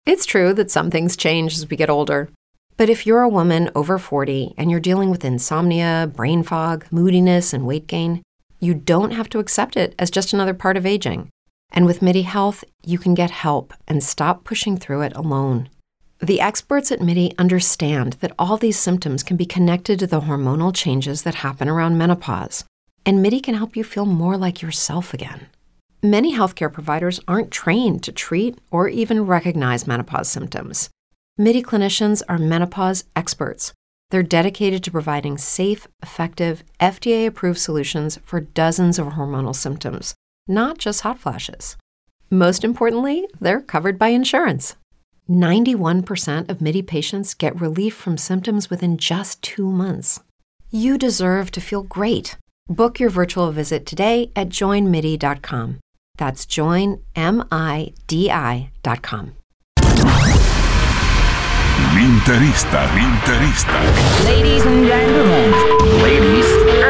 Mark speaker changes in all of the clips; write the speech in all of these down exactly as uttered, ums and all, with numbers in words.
Speaker 1: It's true that some things change as we get older. But if you're a woman over forty and you're dealing with insomnia, brain fog, moodiness, and weight gain, you don't have to accept it as just another part of aging. And with MIDI Health, you can get help and stop pushing through it alone. The experts at MIDI understand that all these symptoms can be connected to the hormonal changes that happen around menopause, and MIDI can help you feel more like yourself again. Many healthcare providers aren't trained to treat or even recognize menopause symptoms. MIDI clinicians are menopause experts. They're dedicated to providing safe, effective, F D A-approved solutions for dozens of hormonal symptoms, not just hot flashes. Most importantly, they're covered by insurance. ninety-one percent of MIDI patients get relief from symptoms within just two months. You deserve to feel great. Book your virtual visit today at join midi dot com. That's join midi dot com.
Speaker 2: L'interista, l'interista.
Speaker 3: Ladies and gentlemen. Ladies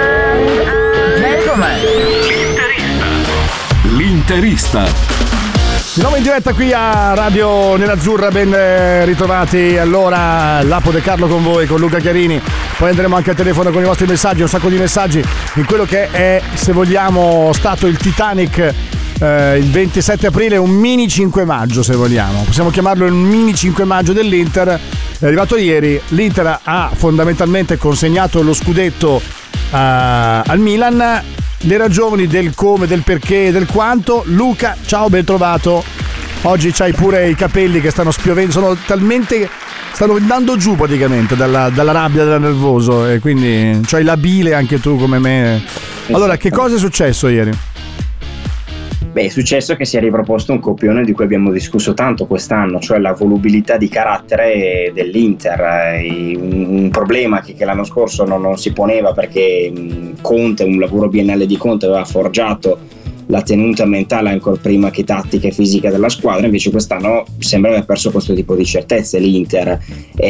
Speaker 3: and gentlemen.
Speaker 2: L'interista. L'interista.
Speaker 4: Di nuovo in diretta qui a Radio Nerazzurra, ben ritrovati. Allora, Lapo De Carlo con voi, con Luca Chiarini. Poi andremo anche al telefono con i vostri messaggi, un sacco di messaggi in quello che è, se vogliamo, stato il Titanic eh, il ventisette aprile, un mini cinque maggio, se vogliamo. Possiamo chiamarlo il mini cinque maggio dell'Inter. È arrivato ieri, l'Inter ha fondamentalmente consegnato lo scudetto uh, al Milan. Le ragioni del come, del perché, del quanto. Luca, ciao, ben trovato. Oggi c'hai pure i capelli che stanno spiovendo, sono talmente, stanno andando giù praticamente dalla, dalla rabbia, dal nervoso, e quindi c'hai la bile anche tu come me. Allora, che cosa è successo ieri?
Speaker 5: Beh, è successo che si è riproposto un copione di cui abbiamo discusso tanto quest'anno, cioè la volubilità di carattere dell'Inter, un problema che, che l'anno scorso non, non si poneva perché Conte, un lavoro biennale di Conte, aveva forgiato la tenuta mentale ancora prima che tattica e fisica della squadra. Invece quest'anno sembra aver perso questo tipo di certezze. L'Inter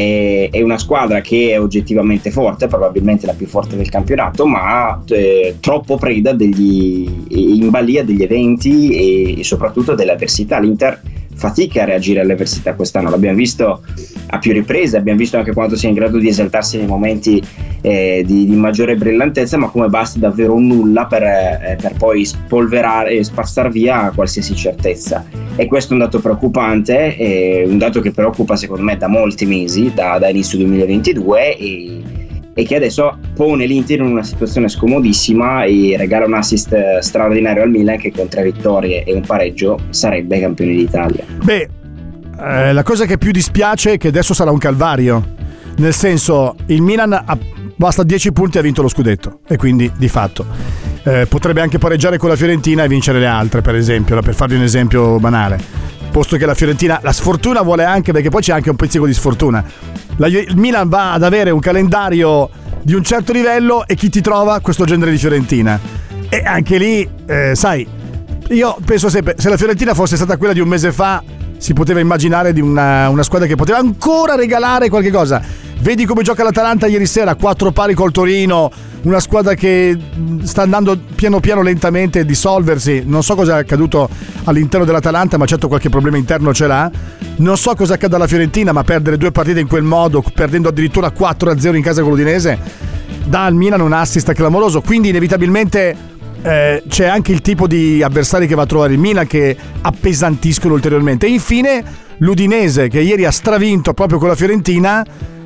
Speaker 5: è, è una squadra che è oggettivamente forte, probabilmente la più forte del campionato, ma eh, troppo preda degli, in balia degli eventi e, e soprattutto delle avversità. L'Inter fatica a reagire alle avversità quest'anno, l'abbiamo visto a più riprese, abbiamo visto anche quanto sia in grado di esaltarsi nei momenti eh, di, di maggiore brillantezza, ma come basti davvero nulla per, eh, per poi spolverare e spazzar via qualsiasi certezza. E questo è un dato preoccupante, eh, un dato che preoccupa secondo me da molti mesi, da, da inizio duemilaventidue, e, e che adesso pone l'Inter in una situazione scomodissima e regala un assist straordinario al Milan, che con tre vittorie e un pareggio sarebbe campione d'Italia.
Speaker 4: Beh, eh, la cosa che più dispiace è che adesso sarà un calvario, nel senso, il Milan ha, basta dieci punti e ha vinto lo scudetto, e quindi di fatto eh, potrebbe anche pareggiare con la Fiorentina e vincere le altre, per esempio, per farvi un esempio banale, posto che la Fiorentina la sfortuna vuole anche, perché poi c'è anche un pizzico di sfortuna. La, il Milan va ad avere un calendario di un certo livello e chi ti trova? Questo genere di Fiorentina. E anche lì, eh, sai, io penso sempre, se la Fiorentina fosse stata quella di un mese fa, si poteva immaginare di una, una squadra che poteva ancora regalare qualche cosa. Vedi come gioca l'Atalanta ieri sera, quattro pari col Torino, una squadra che sta andando piano piano lentamente a dissolversi. Non so cosa è accaduto all'interno dell'Atalanta, ma certo qualche problema interno ce l'ha. Non so cosa accada alla Fiorentina, ma perdere due partite in quel modo, perdendo addirittura quattro a zero in casa con l'Udinese, dà al Milan un assist clamoroso. Quindi inevitabilmente eh, c'è anche il tipo di avversari che va a trovare il Milan che appesantiscono ulteriormente. E infine l'Udinese, che ieri ha stravinto proprio con la Fiorentina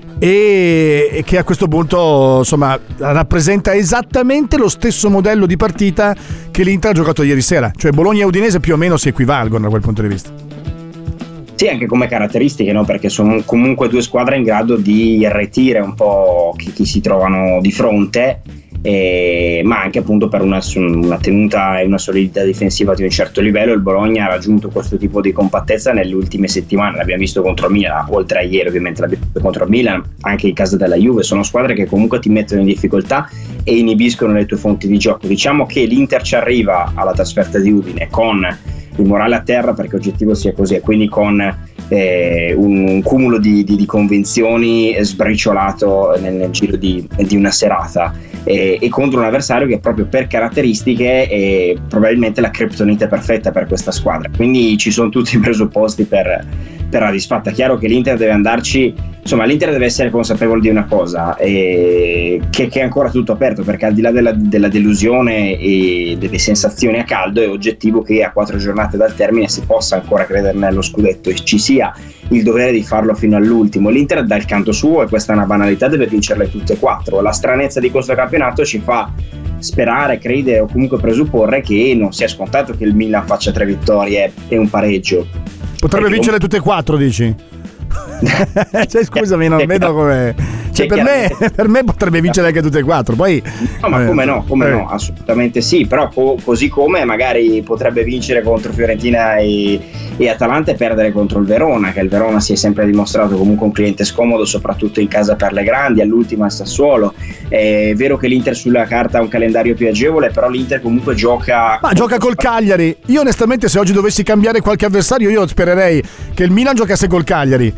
Speaker 4: e che a questo punto insomma rappresenta esattamente lo stesso modello di partita che l'Inter ha giocato ieri sera, cioè Bologna e Udinese più o meno si equivalgono da quel punto di vista.
Speaker 5: Sì, anche come caratteristiche, no? Perché sono comunque due squadre in grado di irretire un po' chi, chi si trovano di fronte, eh, ma anche appunto per una, una tenuta e una solidità difensiva di un certo livello. Il Bologna ha raggiunto questo tipo di compattezza nelle ultime settimane, l'abbiamo visto contro il Milan, oltre a ieri ovviamente l'abbiamo visto contro il Milan, anche in casa della Juve. Sono squadre che comunque ti mettono in difficoltà e inibiscono le tue fonti di gioco. Diciamo che l'Inter ci arriva alla trasferta di Udine con il morale a terra, perché oggettivo sia così, e quindi con eh, un, un cumulo di, di, di convenzioni sbriciolato nel, nel giro di, di una serata. e, e contro un avversario che proprio per caratteristiche è probabilmente la criptonite perfetta per questa squadra, quindi ci sono tutti i presupposti per, per la disfatta. Chiaro che l'Inter deve andarci, insomma l'Inter deve essere consapevole di una cosa, e che, che è ancora tutto aperto, perché al di là della, della delusione e delle sensazioni a caldo è oggettivo che a quattro giornate dal termine si possa ancora credere nello scudetto e ci sia il dovere di farlo fino all'ultimo. L'Inter dal canto suo, e questa è una banalità, deve vincerle tutte e quattro. La stranezza di questo campionato ci fa sperare, credere o comunque presupporre che non sia scontato che il Milan faccia tre vittorie e un pareggio.
Speaker 4: Potrebbe perché vincere tutte e quattro, dici? Cioè, scusami, non vedo come. Cioè, per me, per me potrebbe vincere anche tutte e quattro. Poi,
Speaker 5: no, ma come no, come
Speaker 4: eh.
Speaker 5: no, assolutamente sì. Però co- così come magari potrebbe vincere contro Fiorentina e, e Atalanta e perdere contro il Verona, che il Verona si è sempre dimostrato comunque un cliente scomodo, soprattutto in casa per le grandi, all'ultima al Sassuolo. È vero che l'Inter sulla carta ha un calendario più agevole, però l'Inter comunque gioca.
Speaker 4: Ma gioca col Cagliari. Io onestamente, se oggi dovessi cambiare qualche avversario, io spererei che il Milan giocasse col Cagliari.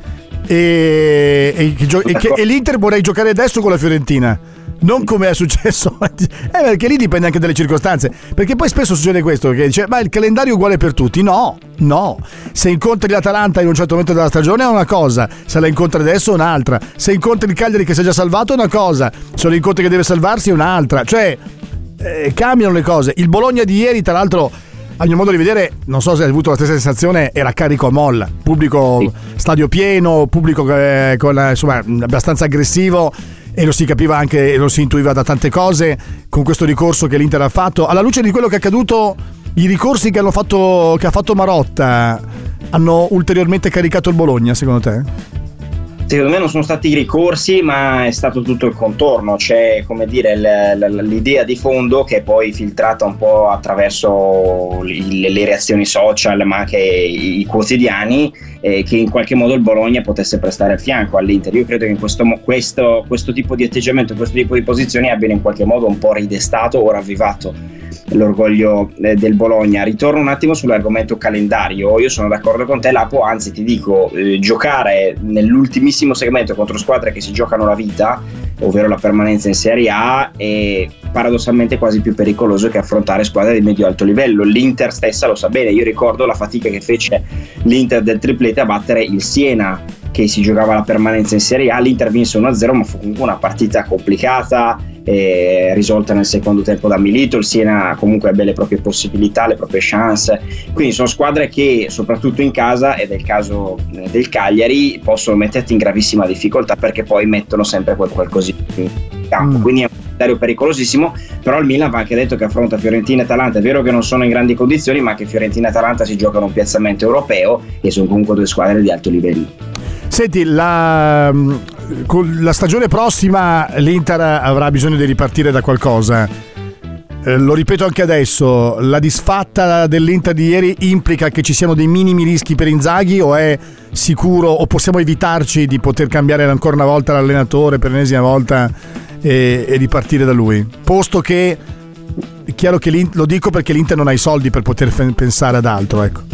Speaker 4: E, e, e, che, e l'Inter vorrei giocare adesso con la Fiorentina, non come è successo, eh, perché lì dipende anche dalle circostanze, perché poi spesso succede questo, che dice ma il calendario è uguale per tutti. No, no, se incontri l'Atalanta in un certo momento della stagione è una cosa, se la incontri adesso è un'altra, se incontri il Cagliari che si è già salvato è una cosa, se lo incontri che deve salvarsi è un'altra, cioè eh, cambiano le cose. Il Bologna di ieri, tra l'altro, a mio modo di vedere, non so se hai avuto la stessa sensazione, era carico a molla, pubblico, sì. Stadio pieno, pubblico eh, con, insomma, abbastanza aggressivo, e lo si capiva anche, lo si intuiva da tante cose con questo ricorso che l'Inter ha fatto. Alla luce di quello che è accaduto, i ricorsi che hanno fatto, che ha fatto Marotta hanno ulteriormente caricato il Bologna, secondo te?
Speaker 5: Secondo me non sono stati i ricorsi, ma è stato tutto il contorno. C'è, come dire, l- l- l'idea di fondo che è poi filtrata un po' attraverso le, le reazioni social, ma anche i, i quotidiani, eh, che in qualche modo il Bologna potesse prestare il fianco all'Inter. Io credo che in questo, questo, questo tipo di atteggiamento, questo tipo di posizioni abbiano in qualche modo un po' ridestato o ravvivato l'orgoglio eh, del Bologna. Ritorno un attimo sull'argomento calendario. Io sono d'accordo con te, Lapo, anzi ti dico, eh, giocare nell'ultimissimo segmento contro squadre che si giocano la vita, ovvero la permanenza in Serie A, è paradossalmente quasi più pericoloso che affrontare squadre di medio-alto livello. L'Inter stessa lo sa bene. Io ricordo la fatica che fece l'Inter del triplete a battere il Siena, che si giocava la permanenza in Serie A. L'Inter vinse uno a zero, ma fu comunque una partita complicata, eh, risolta nel secondo tempo da Milito. Il Siena comunque ebbe le proprie possibilità, le proprie chance, quindi sono squadre che soprattutto in casa, ed è il caso del Cagliari, possono metterti in gravissima difficoltà, perché poi mettono sempre quel qualcosì in campo, mm. quindi è un calendario pericolosissimo. Però il Milan va anche detto che affronta Fiorentina e Atalanta. È vero che non sono in grandi condizioni, ma che Fiorentina e Atalanta si giocano un piazzamento europeo e sono comunque due squadre di alto livello.
Speaker 4: Senti, la, con la stagione prossima l'Inter avrà bisogno di ripartire da qualcosa. Eh, lo ripeto anche adesso, la disfatta dell'Inter di ieri implica che ci siano dei minimi rischi per Inzaghi, o è sicuro, o possiamo evitarci di poter cambiare ancora una volta l'allenatore per l'ennesima volta e, e ripartire da lui? Posto che è chiaro che lo dico perché l'Inter non ha i soldi per poter f- pensare ad altro, ecco.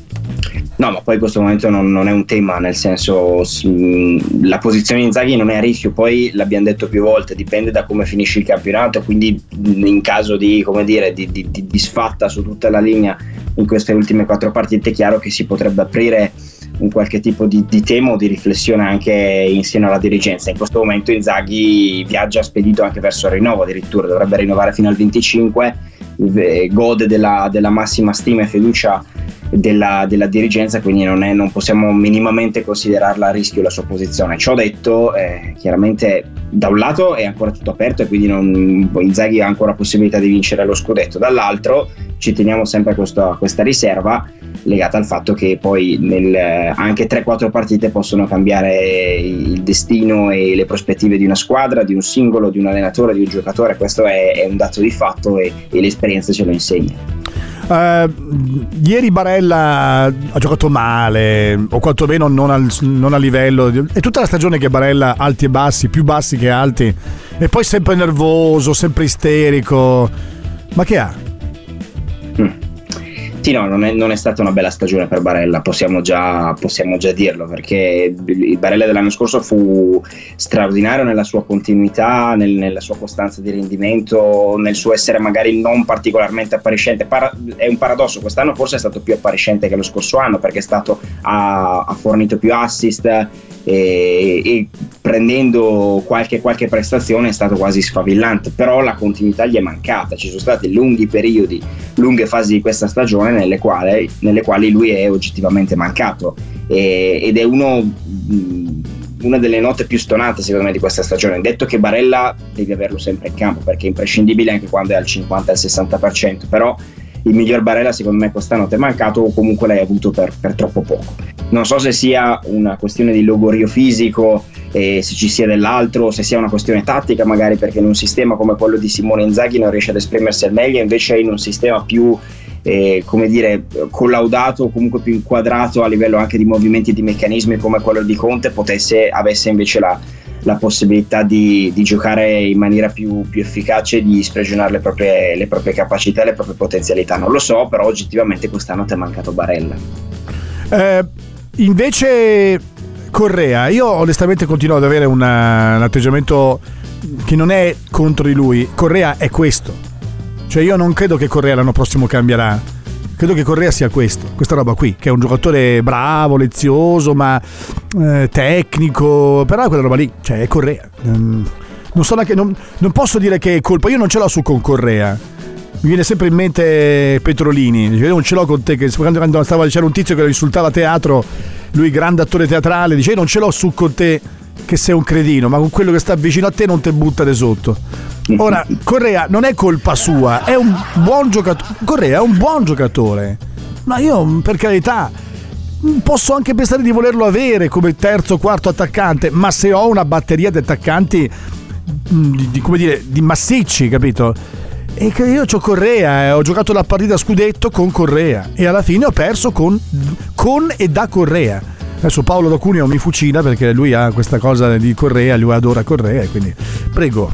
Speaker 5: No, ma poi in questo momento non, non è un tema, nel senso mh, la posizione di Inzaghi non è a rischio. Poi l'abbiamo detto più volte, dipende da come finisce il campionato, quindi in caso di, come dire, di, di, di disfatta su tutta la linea in queste ultime quattro partite, è chiaro che si potrebbe aprire un qualche tipo di, di tema o di riflessione anche insieme alla dirigenza. In questo momento Inzaghi viaggia spedito anche verso il rinnovo, addirittura dovrebbe rinnovare fino al venticinque, gode della, della massima stima e fiducia della, della dirigenza, quindi non, è, non possiamo minimamente considerarla a rischio la sua posizione. Ciò detto, eh, chiaramente da un lato è ancora tutto aperto e quindi non, Inzaghi ha ancora possibilità di vincere lo scudetto, dall'altro ci teniamo sempre a questa, questa riserva legata al fatto che poi nel, anche tre quattro partite possono cambiare il destino e le prospettive di una squadra, di un singolo, di un allenatore, di un giocatore. Questo è, è un dato di fatto e, e l'esperienza ce lo insegna.
Speaker 4: Uh, ieri Barella ha giocato male, o quantomeno non al, non a livello. È tutta la stagione che Barella alti e bassi, più bassi che alti, e poi sempre nervoso, sempre isterico. Ma che ha?
Speaker 5: Mm. Sì, no, non è, non è stata una bella stagione per Barella, possiamo già, possiamo già dirlo, perché il Barella dell'anno scorso fu straordinario nella sua continuità, nel, nella sua costanza di rendimento, nel suo essere magari non particolarmente appariscente. Para- è un paradosso, quest'anno forse è stato più appariscente che lo scorso anno, perché è stato, ha, ha fornito più assist e, e prendendo qualche, qualche prestazione è stato quasi sfavillante, però la continuità gli è mancata. Ci sono stati lunghi periodi, lunghe fasi di questa stagione nelle quali, nelle quali lui è oggettivamente mancato, e, ed è uno mh, una delle note più stonate secondo me di questa stagione. Detto che Barella devi averlo sempre in campo perché è imprescindibile anche quando è al cinquanta al sessanta per cento, però il miglior Barella secondo me quest'anno ti è mancato, o comunque l'hai avuto per, per troppo poco. Non so se sia una questione di logorio fisico, e se ci sia dell'altro, se sia una questione tattica magari, perché in un sistema come quello di Simone Inzaghi non riesce ad esprimersi al meglio, invece in un sistema più eh, come dire collaudato, o comunque più inquadrato a livello anche di movimenti e di meccanismi come quello di Conte, potesse avesse invece la, la possibilità di, di giocare in maniera più, più efficace, di sprigionare le proprie, le proprie capacità, le proprie potenzialità. Non lo so, però oggettivamente quest'anno ti è mancato Barella.
Speaker 4: Eh, invece Correa, io onestamente continuo ad avere una, un atteggiamento che non è contro di lui. Correa è questo, cioè io non credo che Correa l'anno prossimo cambierà, credo che Correa sia questo, questa roba qui, che è un giocatore bravo, lezioso, ma eh, tecnico, però è quella roba lì, cioè è Correa. Non so neanche, non, non posso dire che è colpa, io non ce l'ho su con Correa. Mi viene sempre in mente Petrolini, io non ce l'ho con te, che quando stava, c'era un tizio che lo insultava a teatro, lui grande attore teatrale, dice io non ce l'ho su con te che sei un cretino, ma con quello che sta vicino a te non te butta di sotto. Ora Correa non è colpa sua, è un buon giocatore, Correa è un buon giocatore, ma io per carità posso anche pensare di volerlo avere come terzo o quarto attaccante, ma se ho una batteria di attaccanti di, di, come dire, di massicci, capito? E che io c'ho Correa, eh, ho giocato la partita a scudetto con Correa e alla fine ho perso con, con e da Correa. Adesso Paolo Da Cuneo mi fucila perché lui ha questa cosa di Correa, lui adora Correa, e quindi prego.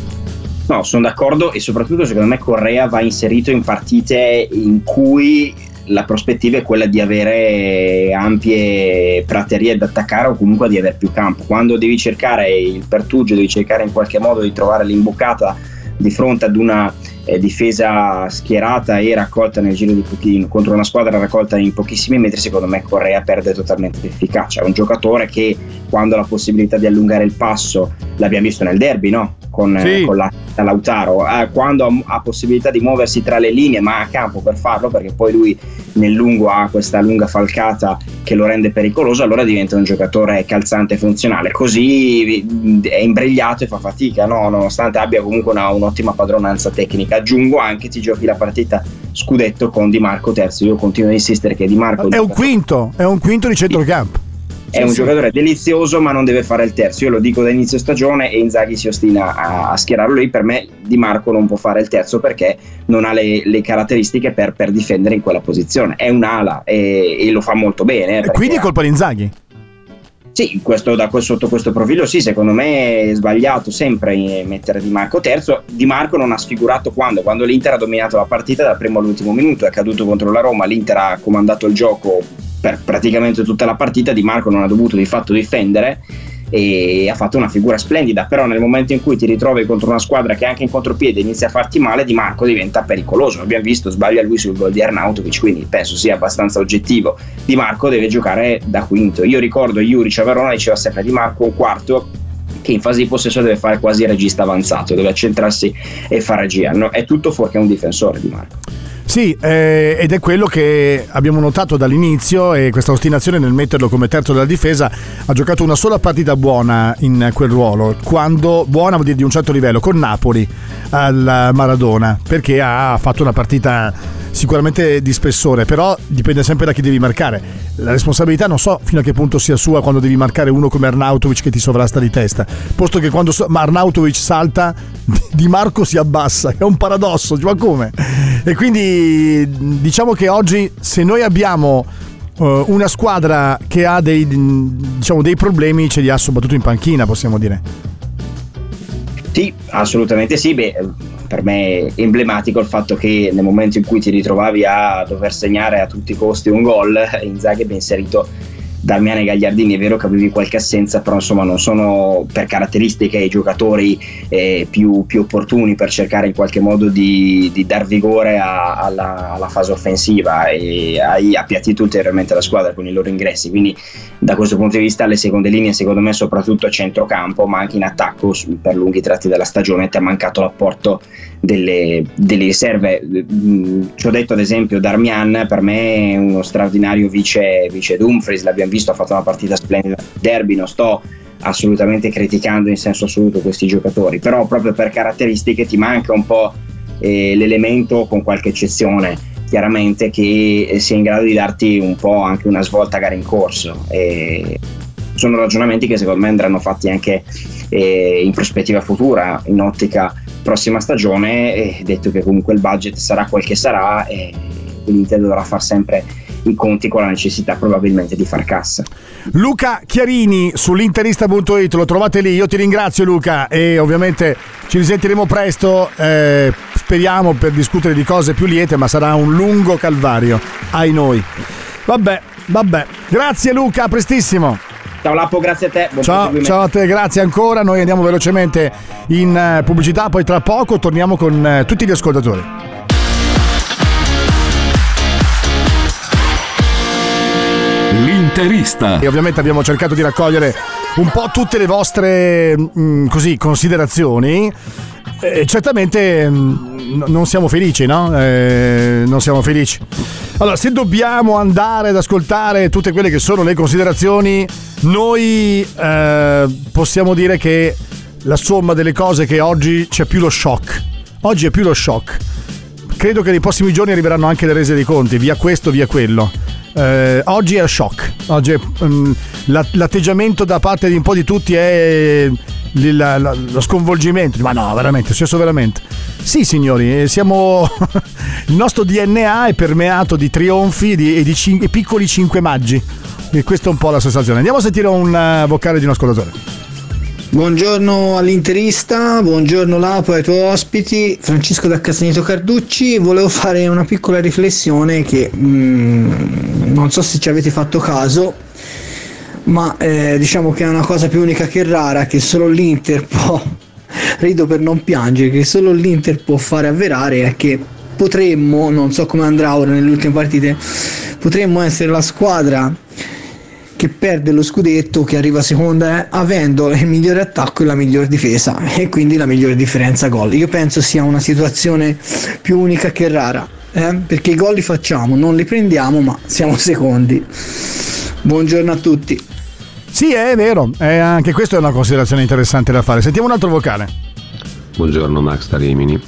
Speaker 5: No, sono d'accordo, e soprattutto secondo me Correa va inserito in partite in cui la prospettiva è quella di avere ampie praterie da attaccare, o comunque di avere più campo. Quando devi cercare il pertugio, devi cercare in qualche modo di trovare l'imbucata di fronte ad una eh, difesa schierata e raccolta nel giro di pochino contro una squadra raccolta in pochissimi metri, secondo me Correa perde totalmente di efficacia. È un giocatore che quando ha la possibilità di allungare il passo, l'abbiamo visto nel derby, no? Con, sì. eh, con la Lautaro, eh, quando ha, ha possibilità di muoversi tra le linee, ma ha campo per farlo, perché poi lui nel lungo ha questa lunga falcata che lo rende pericoloso, allora diventa un giocatore calzante e funzionale. Così è imbrigliato e fa fatica, no? Nonostante abbia comunque una, un'ottima padronanza tecnica. Aggiungo anche, ti giochi la partita scudetto con Di Marco terzo. Io continuo a insistere che Di Marco
Speaker 4: è un quinto, è un quinto di centrocampo.
Speaker 5: È un sì, giocatore delizioso, ma non deve fare il terzo. Io lo dico da inizio stagione e Inzaghi si ostina a, a schierarlo lì. Per me Di Marco non può fare il terzo perché non ha le, le caratteristiche per, per difendere in quella posizione. È un'ala e, e lo fa molto bene.
Speaker 4: E quindi è colpa di Inzaghi?
Speaker 5: Sì, questo, da, sotto questo profilo sì, secondo me è sbagliato sempre mettere Di Marco terzo. Di Marco non ha sfigurato quando? Quando l'Inter ha dominato la partita dal primo all'ultimo minuto, è caduto contro la Roma, l'Inter ha comandato il gioco per praticamente tutta la partita, Di Marco non ha dovuto di fatto difendere e ha fatto una figura splendida, però nel momento in cui ti ritrovi contro una squadra che anche in contropiede inizia a farti male, Di Marco diventa pericoloso. Abbiamo visto, sbaglia lui sul gol di Arnautovic, quindi penso sia abbastanza oggettivo. Di Marco deve giocare da quinto. Io ricordo Juric a Verona diceva sempre Di Marco un quarto che in fase di possessione deve fare quasi il regista avanzato, deve accentrarsi e fare regia, no, è tutto fuorché un difensore Di Marco.
Speaker 4: Sì, eh, ed è quello che abbiamo notato dall'inizio, e questa ostinazione nel metterlo come terzo della difesa. Ha giocato una sola partita buona in quel ruolo, quando buona vuol dire di un certo livello, con Napoli al Maradona, perché ha fatto una partita sicuramente di spessore, però dipende sempre da chi devi marcare. La responsabilità non so fino a che punto sia sua quando devi marcare uno come Arnautovic che ti sovrasta di testa, posto che quando Arnautovic salta Di Marco si abbassa, è un paradosso, ma come? E quindi diciamo che oggi, se noi abbiamo uh, una squadra che ha dei, diciamo, dei problemi, ce li ha soprattutto in panchina, possiamo dire.
Speaker 5: Sì, assolutamente sì. Beh, per me è emblematico il fatto che nel momento in cui ti ritrovavi a dover segnare a tutti i costi un gol, Inzaghi abbia inserito Darmian e Gagliardini. È vero che avevi qualche assenza, però insomma non sono per caratteristiche i giocatori eh, più, più opportuni per cercare in qualche modo di, di dar vigore a, alla, alla fase offensiva, e hai appiattito ulteriormente la squadra con i loro ingressi. Quindi da questo punto di vista le seconde linee, secondo me, soprattutto a centrocampo ma anche in attacco per lunghi tratti della stagione, ti è mancato l'apporto delle, delle riserve. Ci ho detto ad esempio Darmian per me è uno straordinario vice, vice Dumfries, l'abbiamo visto, ha fatto una partita splendida derby, non sto assolutamente criticando in senso assoluto questi giocatori, però proprio per caratteristiche ti manca un po' eh, l'elemento, con qualche eccezione chiaramente, che sia in grado di darti un po' anche una svolta a gara in corso. E sono ragionamenti che secondo me andranno fatti anche eh, in prospettiva futura, in ottica prossima stagione, e detto che comunque il budget sarà quel che sarà, e l'Inter dovrà far sempre i conti con la necessità probabilmente di far cassa.
Speaker 4: Luca Chiarini sull'interista punto it, lo trovate lì. Io ti ringrazio Luca, e ovviamente ci risentiremo presto, eh, speriamo, per discutere di cose più liete, ma sarà un lungo calvario, ai noi. Vabbè, vabbè, grazie Luca, a prestissimo.
Speaker 5: Ciao Lappo, grazie a te. Buon
Speaker 4: ciao, ciao a te, grazie ancora. Noi andiamo velocemente in pubblicità, poi tra poco torniamo con tutti gli ascoltatori.
Speaker 2: L'interista.
Speaker 4: E ovviamente abbiamo cercato di raccogliere un po' tutte le vostre mh, così considerazioni. Eh, certamente mh, non siamo felici, no? Eh, non siamo felici. Allora, se dobbiamo andare ad ascoltare tutte quelle che sono le considerazioni, noi eh, possiamo dire che la somma delle cose che oggi c'è più lo shock. Oggi è più lo shock. Credo che nei prossimi giorni arriveranno anche le rese dei conti, via questo, via quello. Eh, oggi è shock. Oggi è, um, l'atteggiamento da parte di un po' di tutti è la, la, lo sconvolgimento. Ma no, veramente, è successo veramente. Sì, signori, siamo il nostro D N A è permeato di trionfi di, e di cin- piccoli cinque maggi. E questa è un po' la sensazione. Andiamo a sentire un uh, vocale di un ascoltatore.
Speaker 6: Buongiorno all'interista, buongiorno Lapo e ai tuoi ospiti, Francesco da Castagneto Carducci. Volevo fare una piccola riflessione che mh, non so se ci avete fatto caso, ma eh, diciamo che è una cosa più unica che rara, che solo l'Inter può, rido per non piangere, che solo l'Inter può fare avverare, è che potremmo, non so come andrà ora nelle ultime partite, potremmo essere la squadra che perde lo scudetto, che arriva seconda eh, avendo il migliore attacco e la miglior difesa, e quindi la migliore differenza gol. Io penso sia una situazione più unica che rara, eh? perché i gol li facciamo, non li prendiamo, ma siamo secondi. Buongiorno a tutti.
Speaker 4: Sì, è vero, eh, anche questa è una considerazione interessante da fare. Sentiamo un altro vocale.
Speaker 7: Buongiorno Max da Rimini.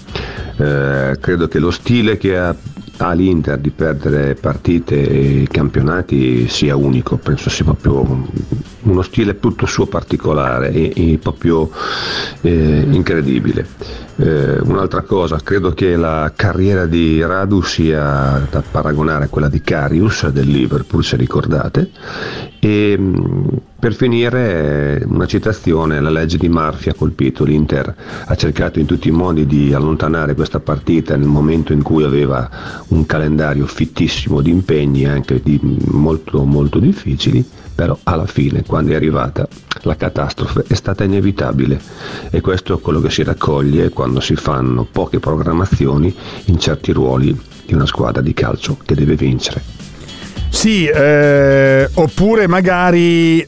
Speaker 7: Eh, credo che lo stile che ha Ah, l'Inter di perdere partite e campionati sia unico, penso sia proprio uno stile tutto suo particolare e, e proprio eh, incredibile. Eh, un'altra cosa, credo che la carriera di Radu sia da paragonare a quella di Karius del Liverpool, se ricordate. E per finire una citazione: la legge di Murphy ha colpito l'Inter, ha cercato in tutti i modi di allontanare questa partita nel momento in cui aveva un calendario fittissimo di impegni anche di molto molto difficili, però alla fine, quando è arrivata, la catastrofe è stata inevitabile, e questo è quello che si raccoglie quando si fanno poche programmazioni in certi ruoli di una squadra di calcio che deve vincere.
Speaker 4: Sì, eh, oppure magari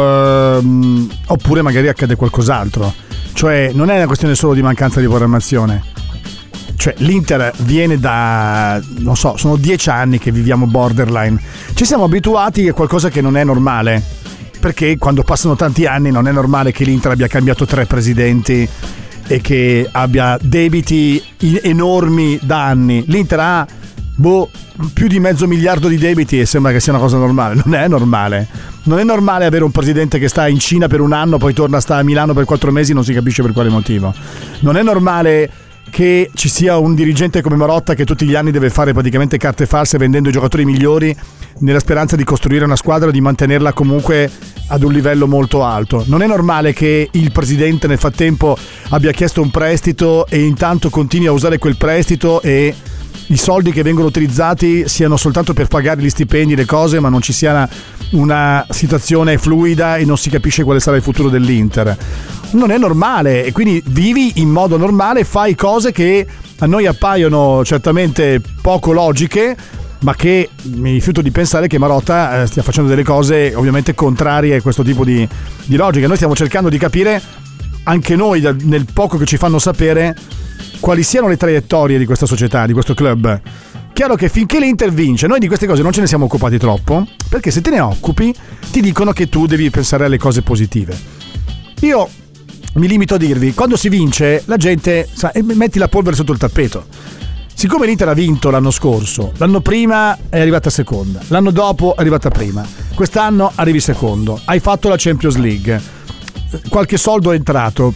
Speaker 4: ehm, oppure magari accade qualcos'altro, cioè non è una questione solo di mancanza di programmazione. Cioè l'Inter viene da, non so, sono dieci anni che viviamo borderline, ci siamo abituati a qualcosa che non è normale, perché quando passano tanti anni non è normale che l'Inter abbia cambiato tre presidenti e che abbia debiti enormi da anni. L'Inter ha boh, più di mezzo miliardo di debiti e sembra che sia una cosa normale. Non è normale. Non è normale avere un presidente che sta in Cina per un anno, poi torna, sta a Milano per quattro mesi, non si capisce per quale motivo. Non è normale che ci sia un dirigente come Marotta che tutti gli anni deve fare praticamente carte false vendendo i giocatori migliori nella speranza di costruire una squadra o di mantenerla comunque ad un livello molto alto. Non è normale che il presidente nel frattempo abbia chiesto un prestito e intanto continui a usare quel prestito e i soldi che vengono utilizzati siano soltanto per pagare gli stipendi, le cose, ma non ci sia una, una situazione fluida e non si capisce quale sarà il futuro dell'Inter. Non è normale, e quindi vivi in modo normale, fai cose che a noi appaiono certamente poco logiche, ma che mi rifiuto di pensare che Marotta eh, stia facendo delle cose ovviamente contrarie a questo tipo di, di logica. Noi stiamo cercando di capire anche noi, da, nel poco che ci fanno sapere, quali siano le traiettorie di questa società, di questo club. Chiaro che finché l'Inter vince, noi di queste cose non ce ne siamo occupati troppo, perché se te ne occupi ti dicono che tu devi pensare alle cose positive. Io mi limito a dirvi, quando si vince la gente sa, metti la polvere sotto il tappeto. Siccome l'Inter ha vinto l'anno scorso, l'anno prima è arrivata seconda, l'anno dopo è arrivata prima, quest'anno arrivi secondo, hai fatto la Champions League, qualche soldo è entrato.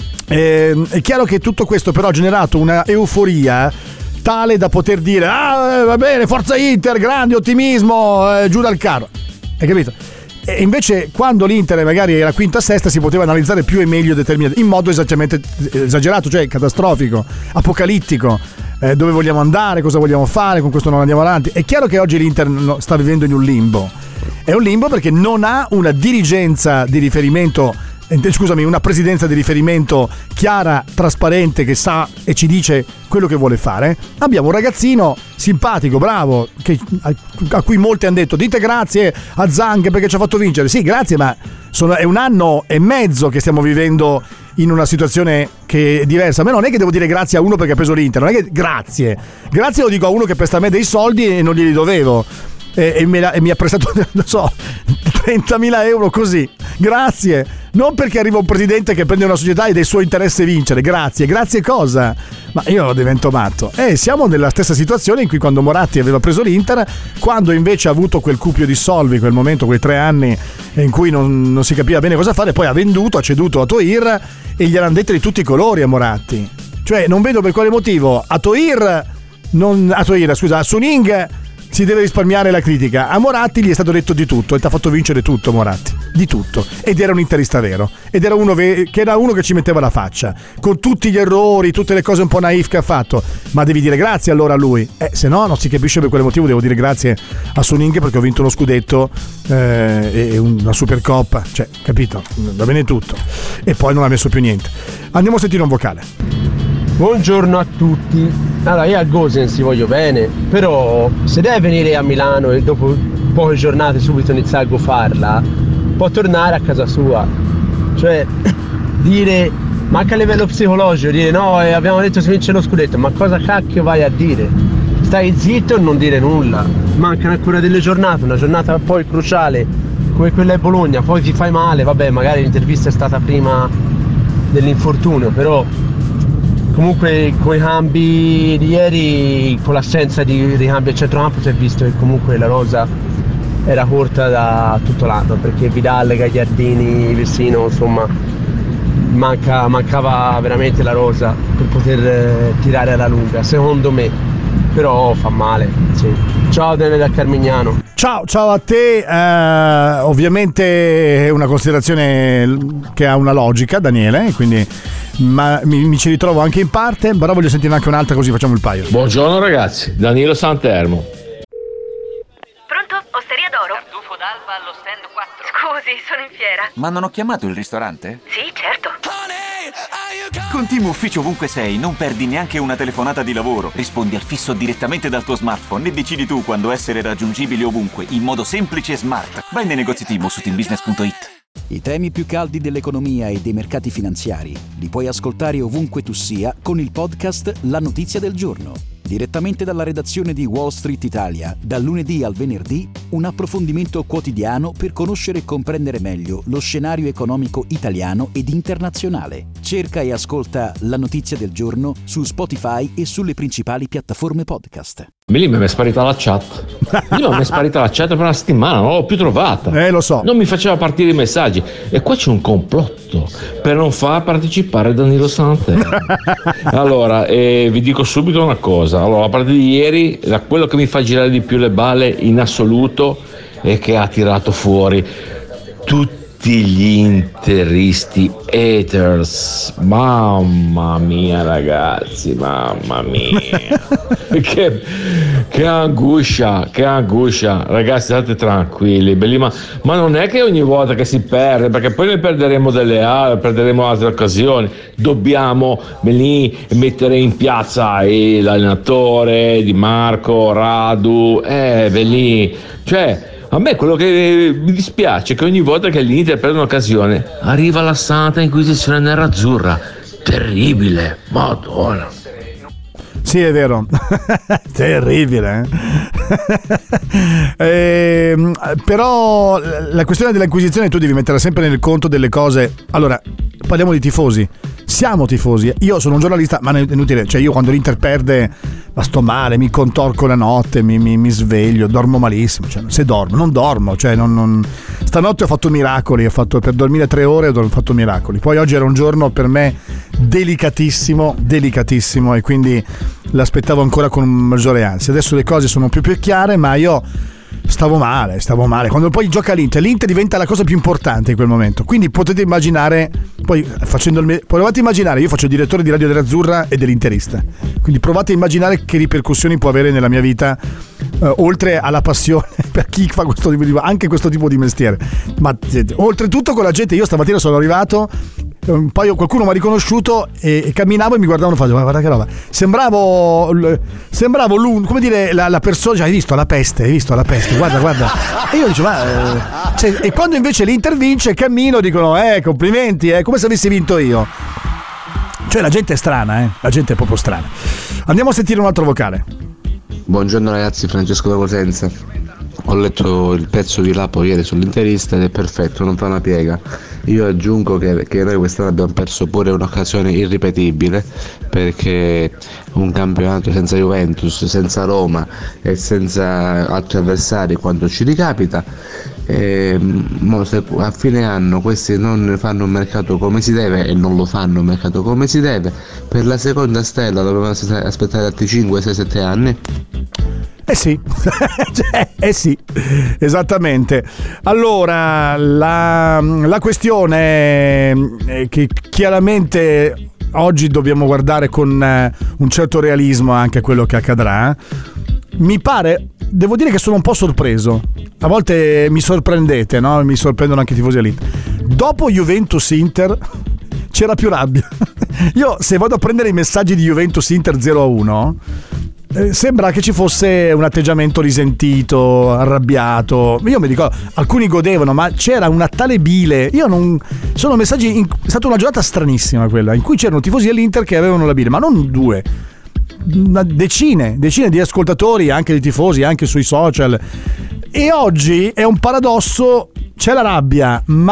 Speaker 4: Eh, è chiaro che tutto questo però ha generato una euforia tale da poter dire ah va bene, forza Inter, grande ottimismo, eh, giù dal carro, hai capito? E invece quando l'Inter magari era quinta sesta si poteva analizzare più e meglio determinati in modo esattamente esagerato, cioè catastrofico, apocalittico, eh, dove vogliamo andare, cosa vogliamo fare, con questo non andiamo avanti. È chiaro che oggi l'Inter sta vivendo in un limbo, è un limbo perché non ha una dirigenza di riferimento, scusami, una presidenza di riferimento chiara, trasparente, che sa e ci dice quello che vuole fare. Abbiamo un ragazzino simpatico, bravo, che, a, a cui molti hanno detto dite grazie a Zang perché ci ha fatto vincere. Sì, grazie, ma sono, è un anno e mezzo che stiamo vivendo in una situazione che è diversa. A me non è che devo dire grazie a uno perché ha preso l'Inter, non è che grazie grazie lo dico a uno che presta a me dei soldi e non glieli dovevo e, e, me la, e mi ha prestato, non so, trentamila euro così, grazie, non perché arriva un presidente che prende una società e del suo interesse vincere, grazie, grazie cosa? Ma io divento matto. E eh, siamo nella stessa situazione in cui quando Moratti aveva preso l'Inter, quando invece ha avuto quel cupio di soldi, quel momento, quei tre anni in cui non, non si capiva bene cosa fare, poi ha venduto, ha ceduto a Toir e gliel'hanno detto di tutti i colori a Moratti. Cioè non vedo per quale motivo a Toir, non, a Toir scusa, a Suning si deve risparmiare la critica. A Moratti gli è stato detto di tutto e ti ha fatto vincere tutto Moratti, di tutto, ed era un interista vero, ed era uno ve- che era uno che ci metteva la faccia con tutti gli errori, tutte le cose un po' naif che ha fatto, ma devi dire grazie allora a lui, eh, se no non si capisce per quale motivo devo dire grazie a Suning perché ho vinto uno scudetto eh, e una Supercoppa, cioè, capito, va bene tutto, e poi non ha messo più niente. Andiamo a sentire un vocale.
Speaker 8: Buongiorno a tutti. Allora, io a Gosens si voglio bene, però se deve venire a Milano e dopo poche giornate subito iniziare a gofarla, può tornare a casa sua. Cioè, dire, ma anche a livello psicologico, dire no, eh, abbiamo detto si vince lo scudetto, ma cosa cacchio vai a dire? Stai zitto e non dire nulla. Mancano ancora delle giornate, una giornata poi cruciale come quella di Bologna, poi ti fai male, vabbè, magari l'intervista è stata prima dell'infortunio, però comunque con i cambi di ieri, con l'assenza di ricambi al centrocampo, si è visto che comunque la rosa era corta da tutto l'anno, perché Vidal, Gagliardini, Vessino, insomma manca, mancava veramente la rosa per poter eh, tirare alla lunga, secondo me, però fa male, sì. Ciao Daniele da Carmignano.
Speaker 4: Ciao, ciao a te, eh, ovviamente è una considerazione che ha una logica, Daniele, quindi ma mi, mi ci ritrovo anche in parte, però voglio sentire anche un'altra così facciamo il paio.
Speaker 9: Buongiorno ragazzi, Danilo Santermo.
Speaker 10: Pronto? Osteria d'Oro?
Speaker 11: Tartufo d'alba allo stand quattro.
Speaker 10: Scusi, sono in fiera.
Speaker 11: Ma non ho chiamato il ristorante?
Speaker 10: Sì, certo.
Speaker 11: Con Team Ufficio ovunque sei, non perdi neanche una telefonata di lavoro. Rispondi al fisso direttamente dal tuo smartphone e decidi tu quando essere raggiungibile ovunque, in modo semplice e smart. Vai nei negozi Team su team business punto it.
Speaker 12: I temi più caldi dell'economia e dei mercati finanziari li puoi ascoltare ovunque tu sia con il podcast La Notizia del Giorno. Direttamente dalla redazione di Wall Street Italia, dal lunedì al venerdì, un approfondimento quotidiano per conoscere e comprendere meglio lo scenario economico italiano ed internazionale. Cerca e ascolta La Notizia del Giorno su Spotify e sulle principali piattaforme podcast.
Speaker 9: Lì mi è sparita la chat. Lì mi è sparita la chat per una settimana, non l'ho più trovata.
Speaker 4: Eh, lo so.
Speaker 9: Non mi faceva partire i messaggi. E qua c'è un complotto per non far partecipare Danilo Santermo. Allora, eh, vi dico subito una cosa. Allora, a partire di ieri, da quello che mi fa girare di più le balle in assoluto è che ha tirato fuori tutti gli interisti haters, mamma mia ragazzi, mamma mia, che, che angoscia, che angoscia, ragazzi, state tranquilli, belli, ma, ma non è che ogni volta che si perde, perché poi ne perderemo delle altre, perderemo altre occasioni, dobbiamo lì mettere in piazza l'allenatore Di Marco, Radu, eh, lì, cioè. A me quello che mi dispiace è che ogni volta che l'Inter perde un'occasione arriva la santa inquisizione nerazzurra. Terribile, madonna.
Speaker 4: Sì, è vero. Terribile. eh, però la questione dell'inquisizione tu devi metterla sempre nel conto delle cose. Allora, parliamo di tifosi. Siamo tifosi. Io sono un giornalista, ma è inutile. Cioè, io quando l'Inter perde, ma sto male, mi contorco la notte, mi, mi, mi sveglio, dormo malissimo. Cioè, se dormo, non dormo. Cioè, non, non... Stanotte ho fatto miracoli. Ho fatto per dormire tre ore, ho fatto miracoli. Poi oggi era un giorno per me delicatissimo, delicatissimo, e quindi l'aspettavo ancora con maggiore ansia. Adesso le cose sono più più chiare, ma io stavo male, stavo male. Quando poi gioca l'Inter, l'Inter diventa la cosa più importante in quel momento. Quindi potete immaginare, poi facendo il me- provate a immaginare, io faccio il direttore di Radio dell'Azzurra e dell'Interista. Quindi provate a immaginare che ripercussioni può avere nella mia vita, eh, oltre alla passione per chi fa questo tipo di anche questo tipo di mestiere. Ma eh, oltretutto con la gente, io stamattina sono arrivato, un paio, qualcuno mi ha riconosciuto e, e camminavo e mi guardavano e facevo, guarda che roba, sembravo sembravo l'un, come dire, la, la persona, cioè, hai visto la peste, hai visto la peste, guarda guarda, e io dicevo ma eh, cioè, e quando invece l'Inter vince cammino, dicono eh complimenti, eh, come se avessi vinto io. Cioè la gente è strana, eh la gente è proprio strana. Andiamo a sentire un altro vocale.
Speaker 13: Buongiorno ragazzi, Francesco da Cosenza. Ho letto il pezzo di Lapo ieri sull'Interista ed è perfetto, non fa una piega. Io aggiungo che, che noi quest'anno abbiamo perso pure un'occasione irripetibile, perché un campionato senza Juventus, senza Roma e senza altri avversari quando ci ricapita, e, mo se a fine anno questi non fanno un mercato come si deve, e non lo fanno un mercato come si deve, per la seconda stella dobbiamo aspettare altri cinque sei sette anni.
Speaker 4: Eh sì, cioè, eh sì, esattamente. Allora, la, la questione è che chiaramente oggi dobbiamo guardare con un certo realismo anche a quello che accadrà. Mi pare, devo dire che sono un po' sorpreso. A volte mi sorprendete, no? Mi sorprendono anche i tifosi dell'Inter. Dopo Juventus-Inter c'era più rabbia. Io, se vado a prendere i messaggi di Juventus-Inter zero a uno... Eh, sembra che ci fosse un atteggiamento risentito, arrabbiato. Io mi ricordo, alcuni godevano, ma c'era una tale bile. Io non. Sono messaggi. In, è stata una giornata stranissima quella, in cui c'erano tifosi dell'Inter che avevano la bile, ma non due, una decine, decine di ascoltatori, anche di tifosi, anche sui social. E oggi è un paradosso, c'è la rabbia, ma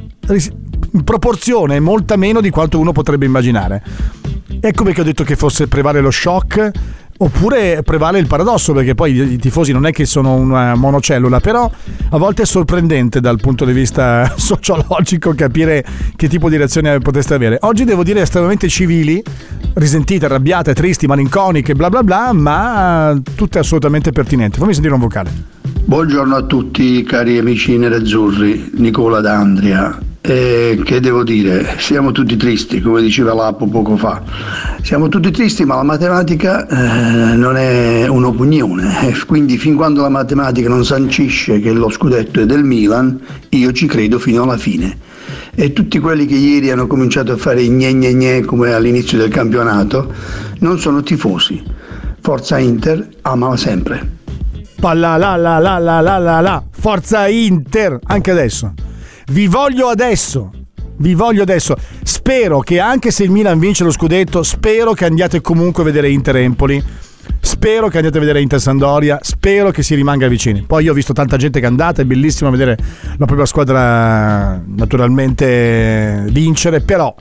Speaker 4: in proporzione molta meno di quanto uno potrebbe immaginare. Ecco perché ho detto che forse prevale lo shock, oppure prevale il paradosso, perché poi i tifosi non è che sono una monocellula, però a volte è sorprendente dal punto di vista sociologico capire che tipo di reazione potreste avere. Oggi devo dire estremamente civili, risentite, arrabbiate, tristi, malinconiche, bla bla bla, ma tutte assolutamente pertinenti. Fammi sentire un vocale.
Speaker 14: Buongiorno a tutti cari amici nerazzurri, Nicola D'Andria. Eh, che devo dire, siamo tutti tristi, come diceva Lapo poco fa, siamo tutti tristi, ma la matematica eh, non è un'opinione, eh, quindi fin quando la matematica non sancisce che lo scudetto è del Milan, io ci credo fino alla fine. E tutti quelli che ieri hanno cominciato a fare gne gne gne come all'inizio del campionato non sono tifosi. Forza Inter, amala sempre.
Speaker 4: La la la la la la la la, Forza Inter, anche adesso. Vi voglio adesso, vi voglio adesso. Spero che anche se il Milan vince lo scudetto, spero che andiate comunque a vedere Inter Empoli, spero che andiate a vedere Inter Sampdoria, spero che si rimanga vicini. Poi io ho visto tanta gente che è andata, è bellissimo vedere la propria squadra naturalmente vincere, però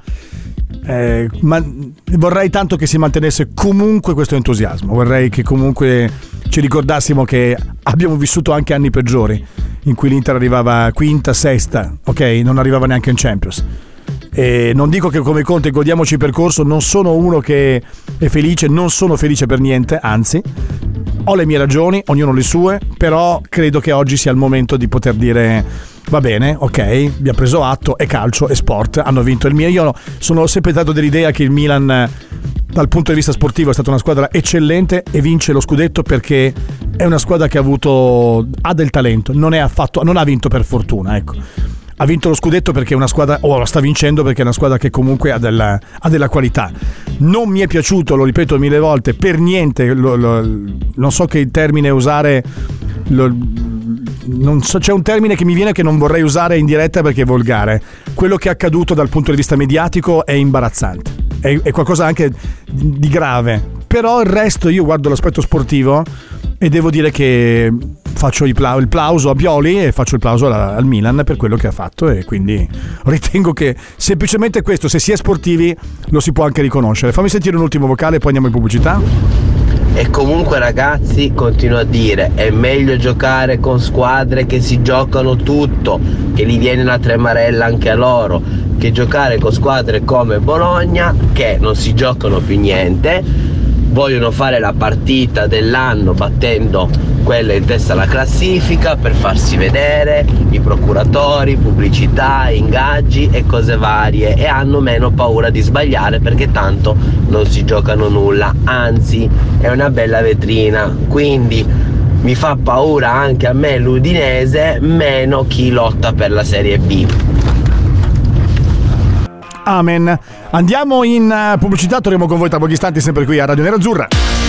Speaker 4: eh, ma vorrei tanto che si mantenesse comunque questo entusiasmo, vorrei che comunque ci ricordassimo che abbiamo vissuto anche anni peggiori in cui l'Inter arrivava quinta, sesta, ok, non arrivava neanche in Champions. E non dico che come Conte godiamoci il percorso, non sono uno che è felice, non sono felice per niente, anzi ho le mie ragioni, ognuno le sue, però credo che oggi sia il momento di poter dire Va bene, ok, abbiamo preso atto, è calcio, è sport, hanno vinto il Milan. Io sono sempre stato dell'idea che il Milan dal punto di vista sportivo è stata una squadra eccellente e vince lo scudetto perché è una squadra che ha avuto ha del talento, non è affatto, non ha vinto per fortuna, ecco. Ha vinto lo scudetto perché è una squadra, o oh, lo sta vincendo perché è una squadra che comunque ha della, ha della qualità. Non mi è piaciuto, lo ripeto mille volte, per niente, lo, lo, non so che termine usare, lo, non so, c'è un termine che mi viene che non vorrei usare in diretta perché è volgare. Quello che è accaduto dal punto di vista mediatico è imbarazzante, è, è qualcosa anche di grave, però il resto io guardo l'aspetto sportivo e devo dire che faccio il, pla- il plauso a Pioli e faccio il plauso alla- al Milan per quello che ha fatto, e quindi ritengo che semplicemente questo, se si è sportivi, lo si può anche riconoscere. Fammi sentire un ultimo vocale e poi andiamo in pubblicità.
Speaker 8: E comunque ragazzi, continuo a dire, è meglio giocare con squadre che si giocano tutto, che gli viene la tremarella anche a loro, che giocare con squadre come Bologna che non si giocano più niente, vogliono fare la partita dell'anno battendo quelle in testa alla classifica per farsi vedere, i procuratori, pubblicità, ingaggi e cose varie, e hanno meno paura di sbagliare perché tanto non si giocano nulla, anzi è una bella vetrina. Quindi mi fa paura anche a me l'Udinese, meno chi lotta per la Serie B.
Speaker 4: Amen. Andiamo in pubblicità, torniamo con voi tra pochi istanti sempre qui a Radio Nerazzurra.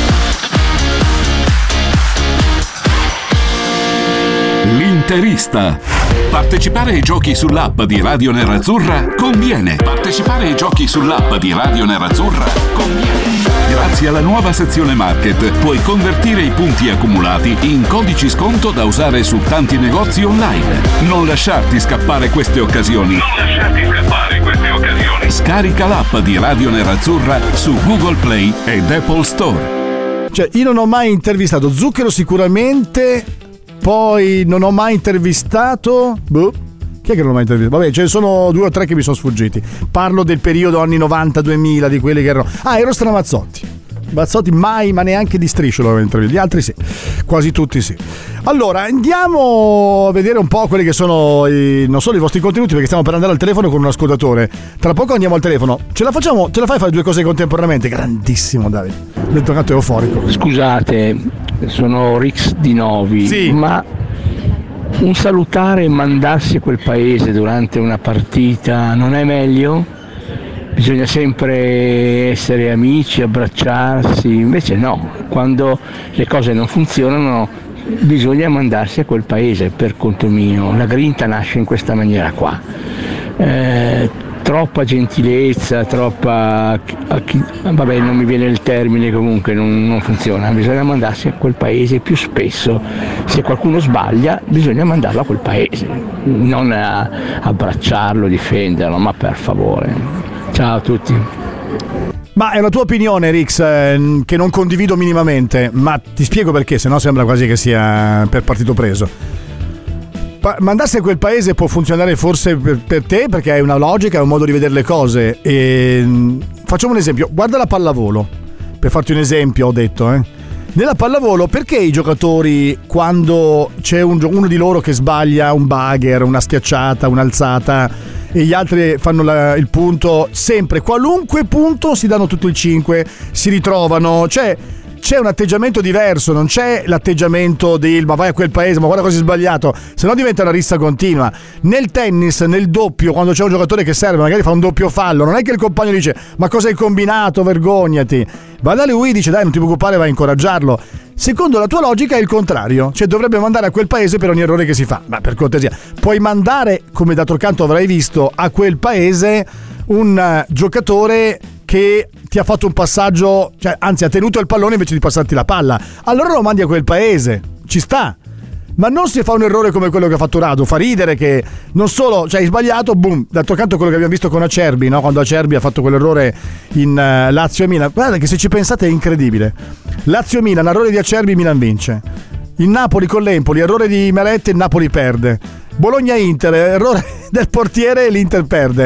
Speaker 2: L'interista. Partecipare ai giochi sull'app di Radio Nerazzurra conviene. Partecipare ai giochi sull'app di Radio Nerazzurra conviene. Grazie alla nuova sezione Market puoi convertire i punti accumulati in codici sconto da usare su tanti negozi online. Non lasciarti scappare queste occasioni. Non lasciarti scappare queste occasioni. Scarica l'app di Radio Nerazzurra su Google Play ed Apple Store.
Speaker 4: Cioè, io non ho mai intervistato Zucchero sicuramente, poi non ho mai intervistato... Boh. Chi è che non ho mai intervistato? Vabbè, ce ne sono due o tre che mi sono sfuggiti. Parlo del periodo anni novanta duemila, di quelli che erano... Ah, ero Stramazzotti. Mazzotti mai, ma neanche di striscio l'avevo intervistato. Gli altri sì, quasi tutti sì. Allora, andiamo a vedere un po' quelli che sono i, non solo i vostri contenuti, perché stiamo per andare al telefono con un ascoltatore. Tra poco andiamo al telefono. Ce la facciamo? Ce la fai a fare due cose contemporaneamente? Grandissimo, Davide. L'ho toccato euforico.
Speaker 15: Scusate, sono Rix di Novi,
Speaker 4: sì.
Speaker 15: Ma un salutare e mandarsi a quel paese durante una partita non è meglio? Bisogna sempre essere amici, abbracciarsi, invece no, quando le cose non funzionano bisogna mandarsi a quel paese per conto mio. La grinta nasce in questa maniera qua. Eh, troppa gentilezza, troppa... vabbè, non mi viene il termine, comunque non, non funziona, bisogna mandarsi a quel paese più spesso. Se qualcuno sbaglia bisogna mandarlo a quel paese, non a abbracciarlo, difenderlo, ma per favore. Ciao a tutti.
Speaker 4: Ma è una tua opinione, Rix, eh, che non condivido minimamente, ma ti spiego perché, sennò sembra quasi che sia per partito preso. Pa- mandarsi a quel paese può funzionare forse per, per te, perché hai una logica, è un modo di vedere le cose. E, facciamo un esempio, guarda la pallavolo, per farti un esempio ho detto, eh. Nella pallavolo, perché i giocatori, quando c'è un, uno di loro che sbaglia un bugger, una schiacciata, un'alzata, e gli altri fanno la, il punto, sempre, qualunque punto, si danno tutto il cinque, si ritrovano, cioè c'è un atteggiamento diverso, non c'è l'atteggiamento del ma vai a quel paese, ma guarda cosa hai sbagliato, se no diventa una rissa continua. Nel tennis, nel doppio, quando c'è un giocatore che serve, magari fa un doppio fallo, non è che il compagno dice ma cosa hai combinato, vergognati, va da lui, dice dai non ti preoccupare, vai a incoraggiarlo. Secondo la tua logica è il contrario, cioè dovrebbe mandare a quel paese per ogni errore che si fa, ma per cortesia puoi mandare, come d'altro canto avrai visto, a quel paese un uh, giocatore che ti ha fatto un passaggio, cioè anzi ha tenuto il pallone invece di passarti la palla, allora lo mandi a quel paese, ci sta. Ma non si fa un errore come quello che ha fatto Radu, fa ridere che non solo, cioè hai sbagliato, boom, d'altro canto quello che abbiamo visto con Acerbi, no? Quando Acerbi ha fatto quell'errore in uh, Lazio e Milan, guarda che se ci pensate è incredibile. Lazio Milan, errore di Acerbi, Milan vince. Il Napoli con l'Empoli, errore di Meret, il Napoli perde. Bologna Inter, errore del portiere e l'Inter perde.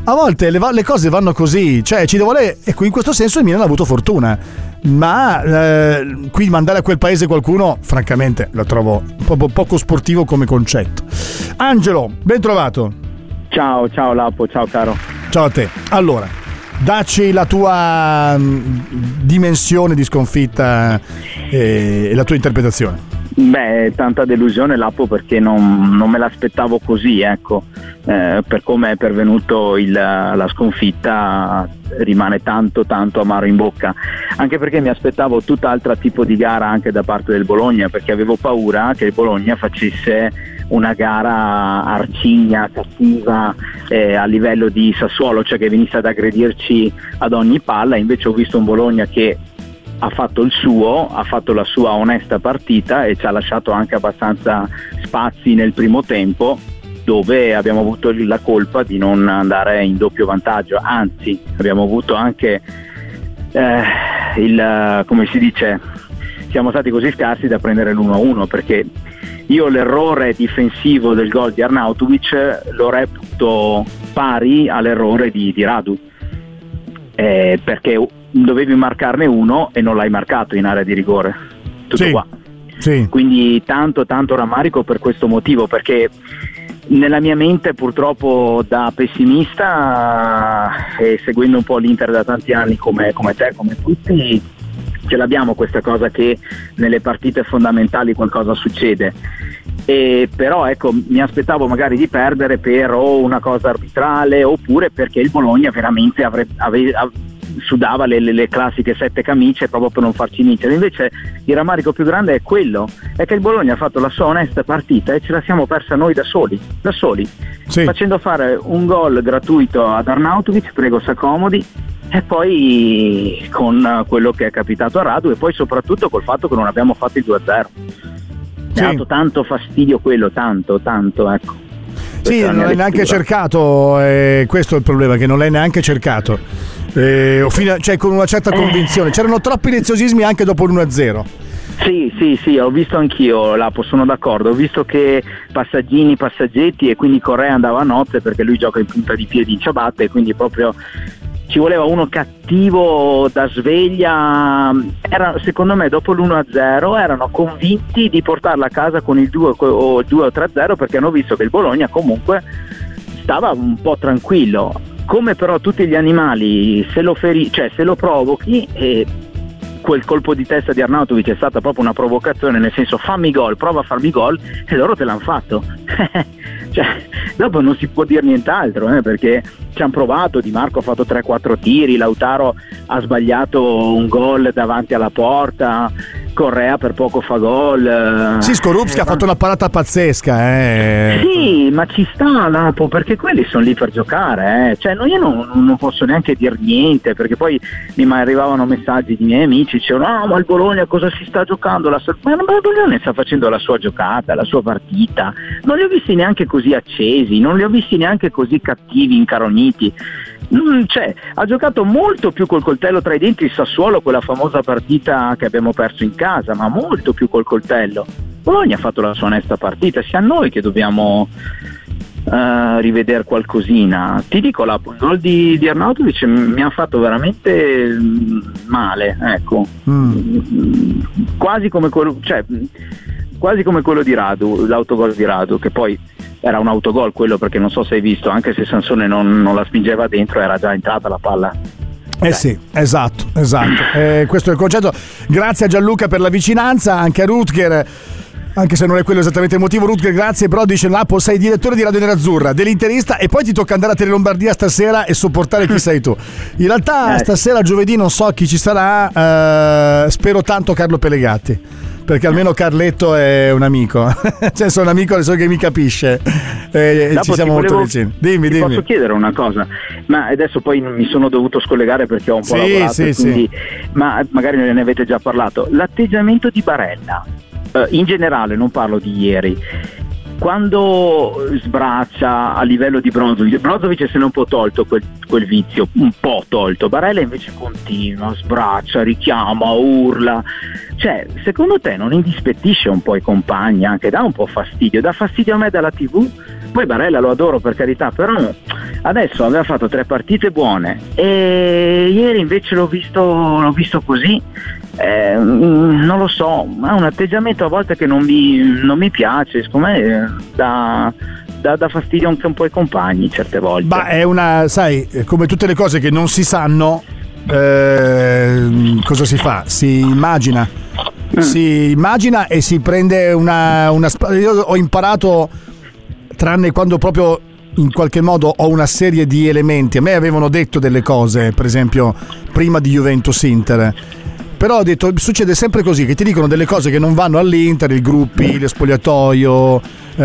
Speaker 4: a volte le, va- le cose vanno così, cioè ci vuole, ecco, in questo senso il Milan ha avuto fortuna, ma eh, qui mandare a quel paese qualcuno francamente lo trovo proprio poco sportivo come concetto. Angelo, ben trovato.
Speaker 16: Ciao, ciao Lapo, ciao caro.
Speaker 4: Ciao a te. Allora, dacci la tua mh, dimensione di sconfitta e, e la tua interpretazione.
Speaker 16: Beh, tanta delusione Lapo, perché non, non me l'aspettavo così, ecco, eh, per come è pervenuto il, la sconfitta rimane tanto tanto amaro in bocca, anche perché mi aspettavo tutt'altro tipo di gara anche da parte del Bologna, perché avevo paura che il Bologna facesse una gara arcigna, cattiva, eh, a livello di Sassuolo, cioè che venisse ad aggredirci ad ogni palla. Invece ho visto un Bologna che ha fatto il suo, ha fatto la sua onesta partita e ci ha lasciato anche abbastanza spazi nel primo tempo, dove abbiamo avuto la colpa di non andare in doppio vantaggio, anzi abbiamo avuto anche eh, il, come si dice, siamo stati così scarsi da prendere l'uno a uno, perché io l'errore difensivo del gol di Arnautovic lo reputo pari all'errore di, di Radu, eh, perché dovevi marcarne uno e non l'hai marcato in area di rigore, tutto
Speaker 4: sì,
Speaker 16: qua.
Speaker 4: Sì.
Speaker 16: Quindi tanto tanto rammarico per questo motivo, perché nella mia mente purtroppo da pessimista, e seguendo un po' l'Inter da tanti anni come, come te, come tutti, ce l'abbiamo questa cosa che nelle partite fondamentali qualcosa succede. E però ecco, mi aspettavo magari di perdere per o una cosa arbitrale, oppure perché il Bologna veramente avrebbe, ave, av, sudava le, le, le classiche sette camicie proprio per non farci vincere. Invece il rammarico più grande è quello, è che il Bologna ha fatto la sua onesta partita e ce la siamo persa noi da soli, da soli, sì. Facendo fare un gol gratuito ad Arnautovic, prego s'accomodi, e poi con quello che è capitato a Radu, e poi soprattutto col fatto che non abbiamo fatto il due a zero. Mi ha dato tanto fastidio quello, tanto, tanto, ecco.
Speaker 4: Sì, non l'hai neanche cercato, eh, questo è il problema, che non l'hai neanche cercato, eh, fino a, cioè con una certa convinzione. C'erano troppi leziosismi anche dopo l'uno a zero.
Speaker 16: Sì, sì, sì, ho visto anch'io, Lapo, sono d'accordo, ho visto che passaggini, passaggetti, e quindi Correa andava a nozze perché lui gioca in punta di piedi in ciabatte, e quindi proprio ci voleva uno cattivo da sveglia. Era, secondo me dopo l'uno a zero erano convinti di portarla a casa con il due o il due o tre a zero, perché hanno visto che il Bologna comunque stava un po' tranquillo. Come però tutti gli animali, se lo feri, cioè se lo provochi, e quel colpo di testa di Arnautovic è stata proprio una provocazione, nel senso fammi gol, prova a farmi gol, e loro te l'hanno fatto. Cioè, dopo non si può dire nient'altro, eh, perché ci hanno provato, Di Marco ha fatto tre quattro tiri, Lautaro ha sbagliato un gol davanti alla porta, Correa per poco fa gol.
Speaker 4: Sì, Skorupski eh, ha fatto una parata pazzesca, eh.
Speaker 16: Sì, ma ci sta, Lapo, perché quelli sono lì per giocare, eh. Cioè, no, io non, non posso neanche dire niente, perché poi mi arrivavano messaggi di miei amici, dicevano no, ma il Bologna cosa si sta giocando? La sua... Ma il Bologna sta facendo la sua giocata, la sua partita, non li ho visti neanche così accesi, non li ho visti neanche così cattivi, incarogniti. Cioè, ha giocato molto più col coltello tra i denti il Sassuolo, quella famosa partita che abbiamo perso in casa, ma molto più col coltello. Bologna ha fatto la sua onesta partita, sia noi che dobbiamo uh, rivedere qualcosina. Ti dico, la, il gol di, di Arnautovic mi ha fatto veramente male, ecco. Mm. Quasi come quello, cioè, quasi come quello di Radu, l'autogol di Radu, che poi era un autogol quello, perché non so se hai visto, anche se Sansone non, non la spingeva dentro, era già entrata la palla.
Speaker 4: Eh sì, esatto, esatto. Eh, questo è il concetto. Grazie a Gianluca per la vicinanza, anche a Rutger, anche se non è quello esattamente il motivo. Rutger, grazie, però dice Lapo, sei direttore di Radio Nerazzurra, dell'Interista, e poi ti tocca andare a Tele Lombardia stasera e sopportare chi sei tu. In realtà eh. stasera giovedì non so chi ci sarà, eh, spero tanto Carlo Pelegatti, perché almeno Carletto è un amico, cioè sono un amico adesso che mi capisce, e ci siamo molto
Speaker 16: volevo,
Speaker 4: vicini. Dimmi,
Speaker 16: ti
Speaker 4: dimmi.
Speaker 16: Posso chiedere una cosa? Ma adesso poi mi sono dovuto scollegare perché ho un po'
Speaker 4: sì,
Speaker 16: lavorato,
Speaker 4: sì,
Speaker 16: quindi,
Speaker 4: sì.
Speaker 16: ma magari ne avete già parlato. L'atteggiamento di Barella, eh, in generale, non parlo di ieri, quando sbraccia a livello di Brozovic, Brozovic se ne è un po' tolto quel, quel vizio, un po' tolto, Barella invece continua, sbraccia, richiama, urla. Cioè, secondo te non indispettisce un po' i compagni, anche dà un po' fastidio, dà fastidio a me dalla tivù? Poi Barella lo adoro, per carità, però Adesso aveva fatto tre partite buone e ieri invece l'ho visto, l'ho visto così, eh, non lo so, ha un atteggiamento a volte che non mi, non mi piace, secondo me dà, dà, dà fastidio anche un po' ai compagni certe volte.
Speaker 4: Ma è una, sai, come tutte le cose che non si sanno, eh, cosa si fa? Si immagina, mm. si immagina e si prende una, una... Io ho imparato, tranne quando proprio in qualche modo ho una serie di elementi. A me avevano detto delle cose, per esempio prima di Juventus-Inter, però ho detto succede sempre così, che ti dicono delle cose che non vanno all'Inter, il gruppi, lo spogliatoio,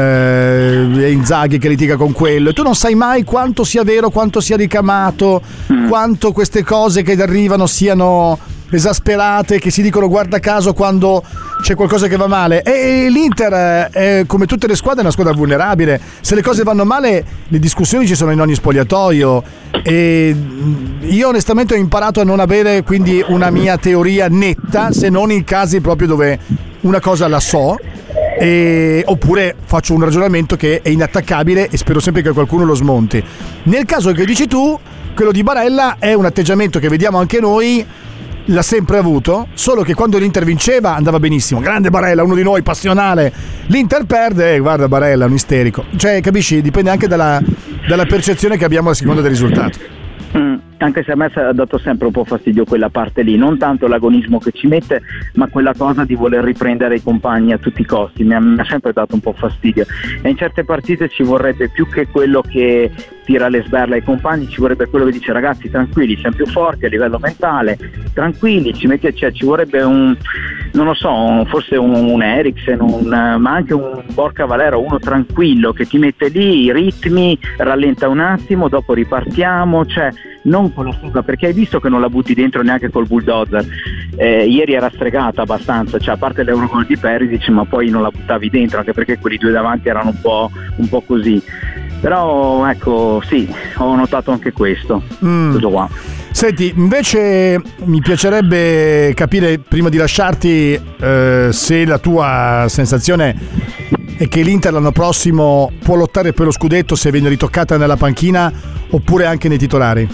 Speaker 4: eh, Inzaghi che litiga con quello, e tu non sai mai quanto sia vero, quanto sia ricamato, mm. quanto queste cose che arrivano siano esasperate, che si dicono guarda caso quando c'è qualcosa che va male. E l'Inter è, come tutte le squadre, è una squadra vulnerabile. Se le cose vanno male, le discussioni ci sono in ogni spogliatoio, e io onestamente ho imparato a non avere quindi una mia teoria netta, se non in casi proprio dove una cosa la so, e, oppure faccio un ragionamento che è inattaccabile e spero sempre che qualcuno lo smonti. Nel caso che dici tu, quello di Barella è un atteggiamento che vediamo anche noi, l'ha sempre avuto, solo che quando l'Inter vinceva andava benissimo, grande Barella, uno di noi, passionale. L'Inter perde, eh, guarda Barella, un isterico. Cioè, capisci? Dipende anche dalla, dalla percezione che abbiamo a seconda del risultato.
Speaker 16: Mm, anche se a me ha dato sempre un po' fastidio quella parte lì, non tanto l'agonismo che ci mette, ma quella cosa di voler riprendere i compagni a tutti i costi, mi ha, mi ha sempre dato un po' fastidio, e in certe partite ci vorrebbe più che quello che tira le sberle ai compagni, ci vorrebbe quello che dice ragazzi tranquilli, siamo più forti a livello mentale, tranquilli, ci, mette, cioè, ci vorrebbe un, non lo so, un, forse un, un Eriksen, un, ma anche un Borca Valero, uno tranquillo che ti mette lì i ritmi, rallenta un attimo, dopo ripartiamo, cioè non con la fuga, perché hai visto che non la butti dentro neanche col bulldozer. Eh, ieri era stregata abbastanza, cioè a parte l'Eurogol di Perisic, ma poi non la buttavi dentro, anche perché quelli due davanti erano un po', un po' così. Però ecco, sì, ho notato anche questo. Mm. Tutto qua.
Speaker 4: Senti, invece mi piacerebbe capire, prima di lasciarti, eh, se la tua sensazione è che l'Inter l'anno prossimo può lottare per lo scudetto se viene ritoccata nella panchina oppure anche nei titolari.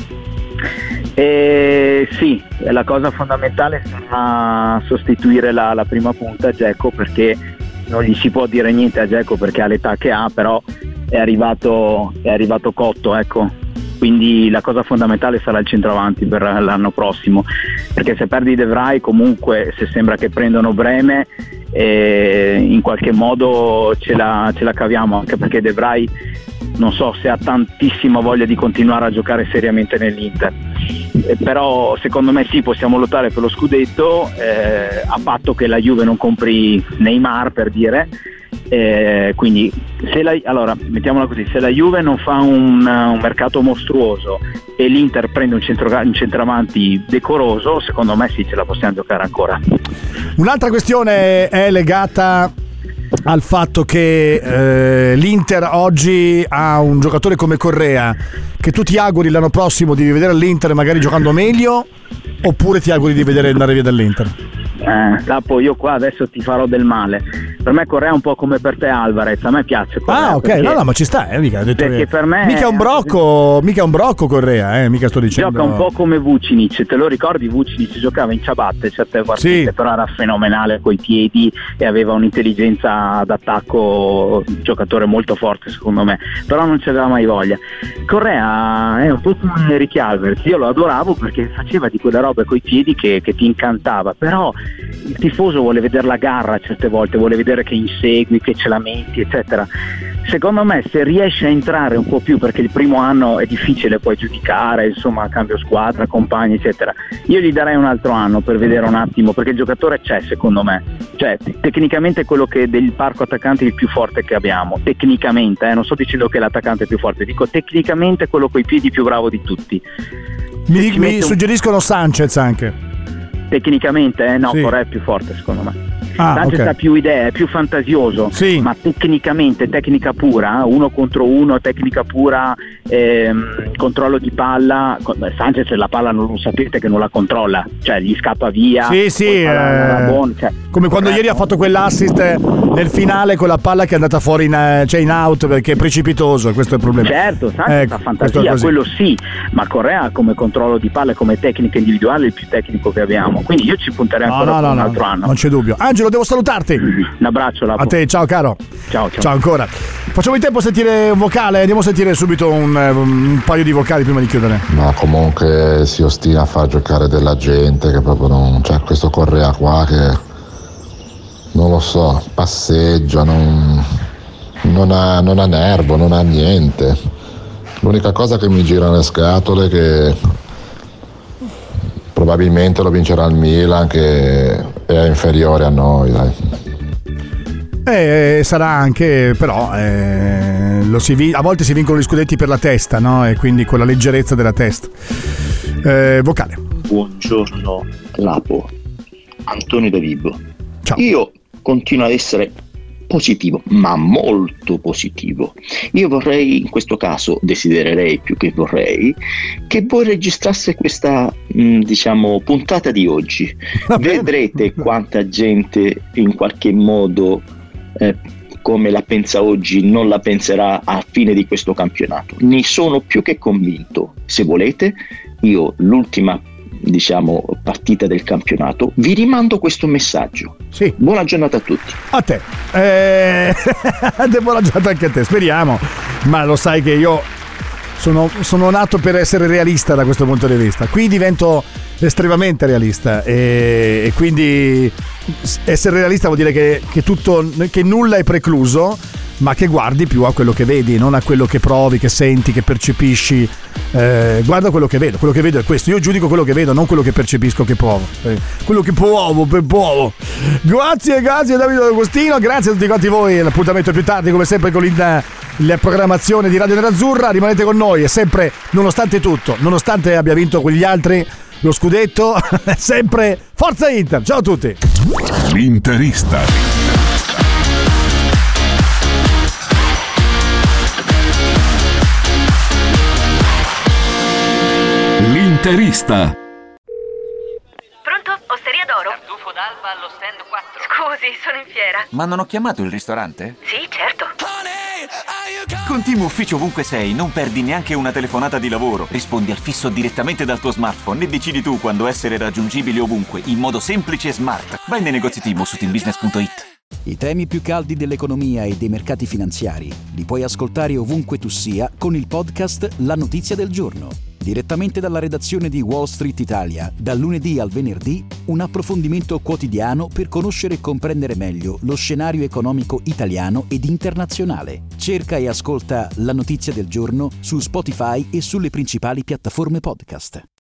Speaker 16: Eh, sì, la cosa fondamentale sarà sostituire la, la prima punta, Dzeko, perché non gli si può dire niente a Dzeko perché ha l'età che ha, però è arrivato, è arrivato cotto, ecco. Quindi la cosa fondamentale sarà il centravanti per l'anno prossimo, perché se perdi De Vrij, comunque, se sembra che prendono Breme, eh, in qualche modo ce la, ce la caviamo, anche perché De Vrij non so se ha tantissima voglia di continuare a giocare seriamente nell'Inter, eh, però secondo me sì, possiamo lottare per lo scudetto, eh, a patto che la Juve non compri Neymar, per dire. Eh, quindi se la, allora mettiamola così, se la Juve non fa un, un mercato mostruoso e l'Inter prende un, centro, un centravanti decoroso, secondo me sì, ce la possiamo giocare ancora.
Speaker 4: Un'altra questione è legata al fatto che eh, l'Inter oggi ha un giocatore come Correa, che tu ti auguri l'anno prossimo di vedere l'Inter magari giocando meglio, oppure ti auguri di vedere andare via dall'Inter?
Speaker 16: Eh, Lapo, io qua adesso ti farò del male. Per me Correa è un po' come per te Alvarez, a me piace Correa.
Speaker 4: Ah, ok, perché, no, no, ma ci sta, eh, mica, detto
Speaker 16: perché
Speaker 4: che
Speaker 16: per me
Speaker 4: mica un brocco, mica un brocco Correa, eh, mica sto dicendo.
Speaker 16: Gioca un po' come Vucinic, te lo ricordi? Vucinic giocava in ciabatte certe partite, sì, però era fenomenale coi piedi e aveva un'intelligenza d'attacco, un giocatore molto forte secondo me, però non c'aveva mai voglia. Correa è un po' come Ricky Alvarez, io lo adoravo perché faceva di quelle robe coi piedi che, che ti incantava, però il tifoso vuole vedere la garra certe volte, vuole vedere che insegui, che ce la metti, eccetera. Secondo me se riesce a entrare un po' più, perché il primo anno è difficile poi giudicare, insomma, cambio squadra, compagni, eccetera, io gli darei un altro anno per vedere un attimo, perché il giocatore c'è secondo me, cioè tecnicamente è quello che del parco attaccanti il più forte che abbiamo, tecnicamente, eh, non sto dicendo che è l'attaccante più forte, dico tecnicamente quello coi piedi più bravo di tutti.
Speaker 4: Mi, mi suggeriscono un... Sanchez anche.
Speaker 16: Tecnicamente, eh? No,
Speaker 4: sì.
Speaker 16: Correa è più forte secondo me. Ah, Sanchez
Speaker 4: ok.
Speaker 16: ha più idee, è più fantasioso,
Speaker 4: Sì.
Speaker 16: ma tecnicamente, tecnica pura, uno contro uno, tecnica pura, ehm, controllo di palla. Beh, Sanchez la palla non lo sapete che non la controlla, cioè gli scappa via.
Speaker 4: Sì, sì,
Speaker 16: poi fa la- la
Speaker 4: eh,
Speaker 16: Rabon, cioè,
Speaker 4: come quando
Speaker 16: corretto.
Speaker 4: ieri ha fatto quell'assist nel finale con la palla che è andata fuori in, eh, cioè in out perché è precipitoso, questo è il problema.
Speaker 16: Certo, Sanchez
Speaker 4: Ecco,
Speaker 16: ha
Speaker 4: questo è
Speaker 16: fantasia,
Speaker 4: così.
Speaker 16: quello sì, ma Correa come controllo di palla e come tecnica individuale è il più tecnico che abbiamo, quindi io ci punterei
Speaker 4: No,
Speaker 16: ancora
Speaker 4: no,
Speaker 16: per
Speaker 4: no,
Speaker 16: un
Speaker 4: no,
Speaker 16: altro anno.
Speaker 4: non c'è dubbio. Angelo, devo salutarti.
Speaker 16: Un abbraccio, Lapo.
Speaker 4: A te, ciao caro.
Speaker 16: Ciao, ciao.
Speaker 4: Ciao ancora. Facciamo in tempo a sentire un vocale, andiamo a sentire subito un, eh, un paio di vocali prima di chiudere.
Speaker 17: Ma comunque si ostina a far giocare della gente che proprio non. Cioè questo Correa qua che non lo so, passeggia, non, non, ha, non ha nervo, non ha niente. L'unica cosa che mi gira le scatole è che probabilmente lo vincerà il Milan che è inferiore a noi, dai.
Speaker 4: Eh, sarà anche, però, eh, lo si vi- a volte si vincono gli scudetti per la testa, no? E quindi con la leggerezza della testa. Eh, vocale.
Speaker 18: Buongiorno Lapo, Antonio Da Vibo.
Speaker 4: Ciao.
Speaker 18: Io continuo ad essere positivo, ma molto positivo. Io vorrei, in questo caso desidererei più che vorrei, che voi registrasse questa mh, diciamo puntata di oggi. Vedrete quanta gente in qualche modo eh, come la pensa oggi non la penserà a fine di questo campionato. Ne sono più che convinto. Se volete, io l'ultima diciamo partita del campionato vi rimando questo messaggio.
Speaker 4: Sì.
Speaker 18: Buona giornata a tutti.
Speaker 4: A te. Eh, buona giornata anche a te, speriamo. Ma lo sai che io sono, sono nato per essere realista da questo punto di vista. Qui divento estremamente realista e, e quindi essere realista vuol dire che, che tutto, che nulla è precluso, ma che guardi più a quello che vedi, non a quello che provi, che senti, che percepisci. Eh, guarda quello che vedo, quello che vedo è questo. Io giudico quello che vedo, non quello che percepisco, che provo. Eh, quello che provo, per provo. Grazie, grazie Davide D'Agostino, grazie a tutti quanti voi. L'appuntamento è più tardi, come sempre, con il, la programmazione di Radio Nerazzurra. Rimanete con noi, è sempre, nonostante tutto, nonostante abbia vinto quegli altri lo scudetto, è sempre Forza Inter. Ciao a tutti.
Speaker 2: L'interista. L'interista.
Speaker 10: Pronto? Osteria d'oro? Tartufo d'alba allo stand quattro. Scusi, sono in fiera.
Speaker 11: Ma non ho chiamato il ristorante?
Speaker 10: Sì, certo.
Speaker 11: Con Team Ufficio ovunque sei, non perdi neanche una telefonata di lavoro. Rispondi al fisso direttamente dal tuo smartphone e decidi tu quando essere raggiungibile ovunque, in modo semplice e smart. Vai nei negozi Team su team business punto it.
Speaker 12: I temi più caldi dell'economia e dei mercati finanziari li puoi ascoltare ovunque tu sia con il podcast La Notizia del Giorno. Direttamente dalla redazione di Wall Street Italia, dal lunedì al venerdì, un approfondimento quotidiano per conoscere e comprendere meglio lo scenario economico italiano ed internazionale. Cerca e ascolta La Notizia del Giorno su Spotify e sulle principali piattaforme podcast.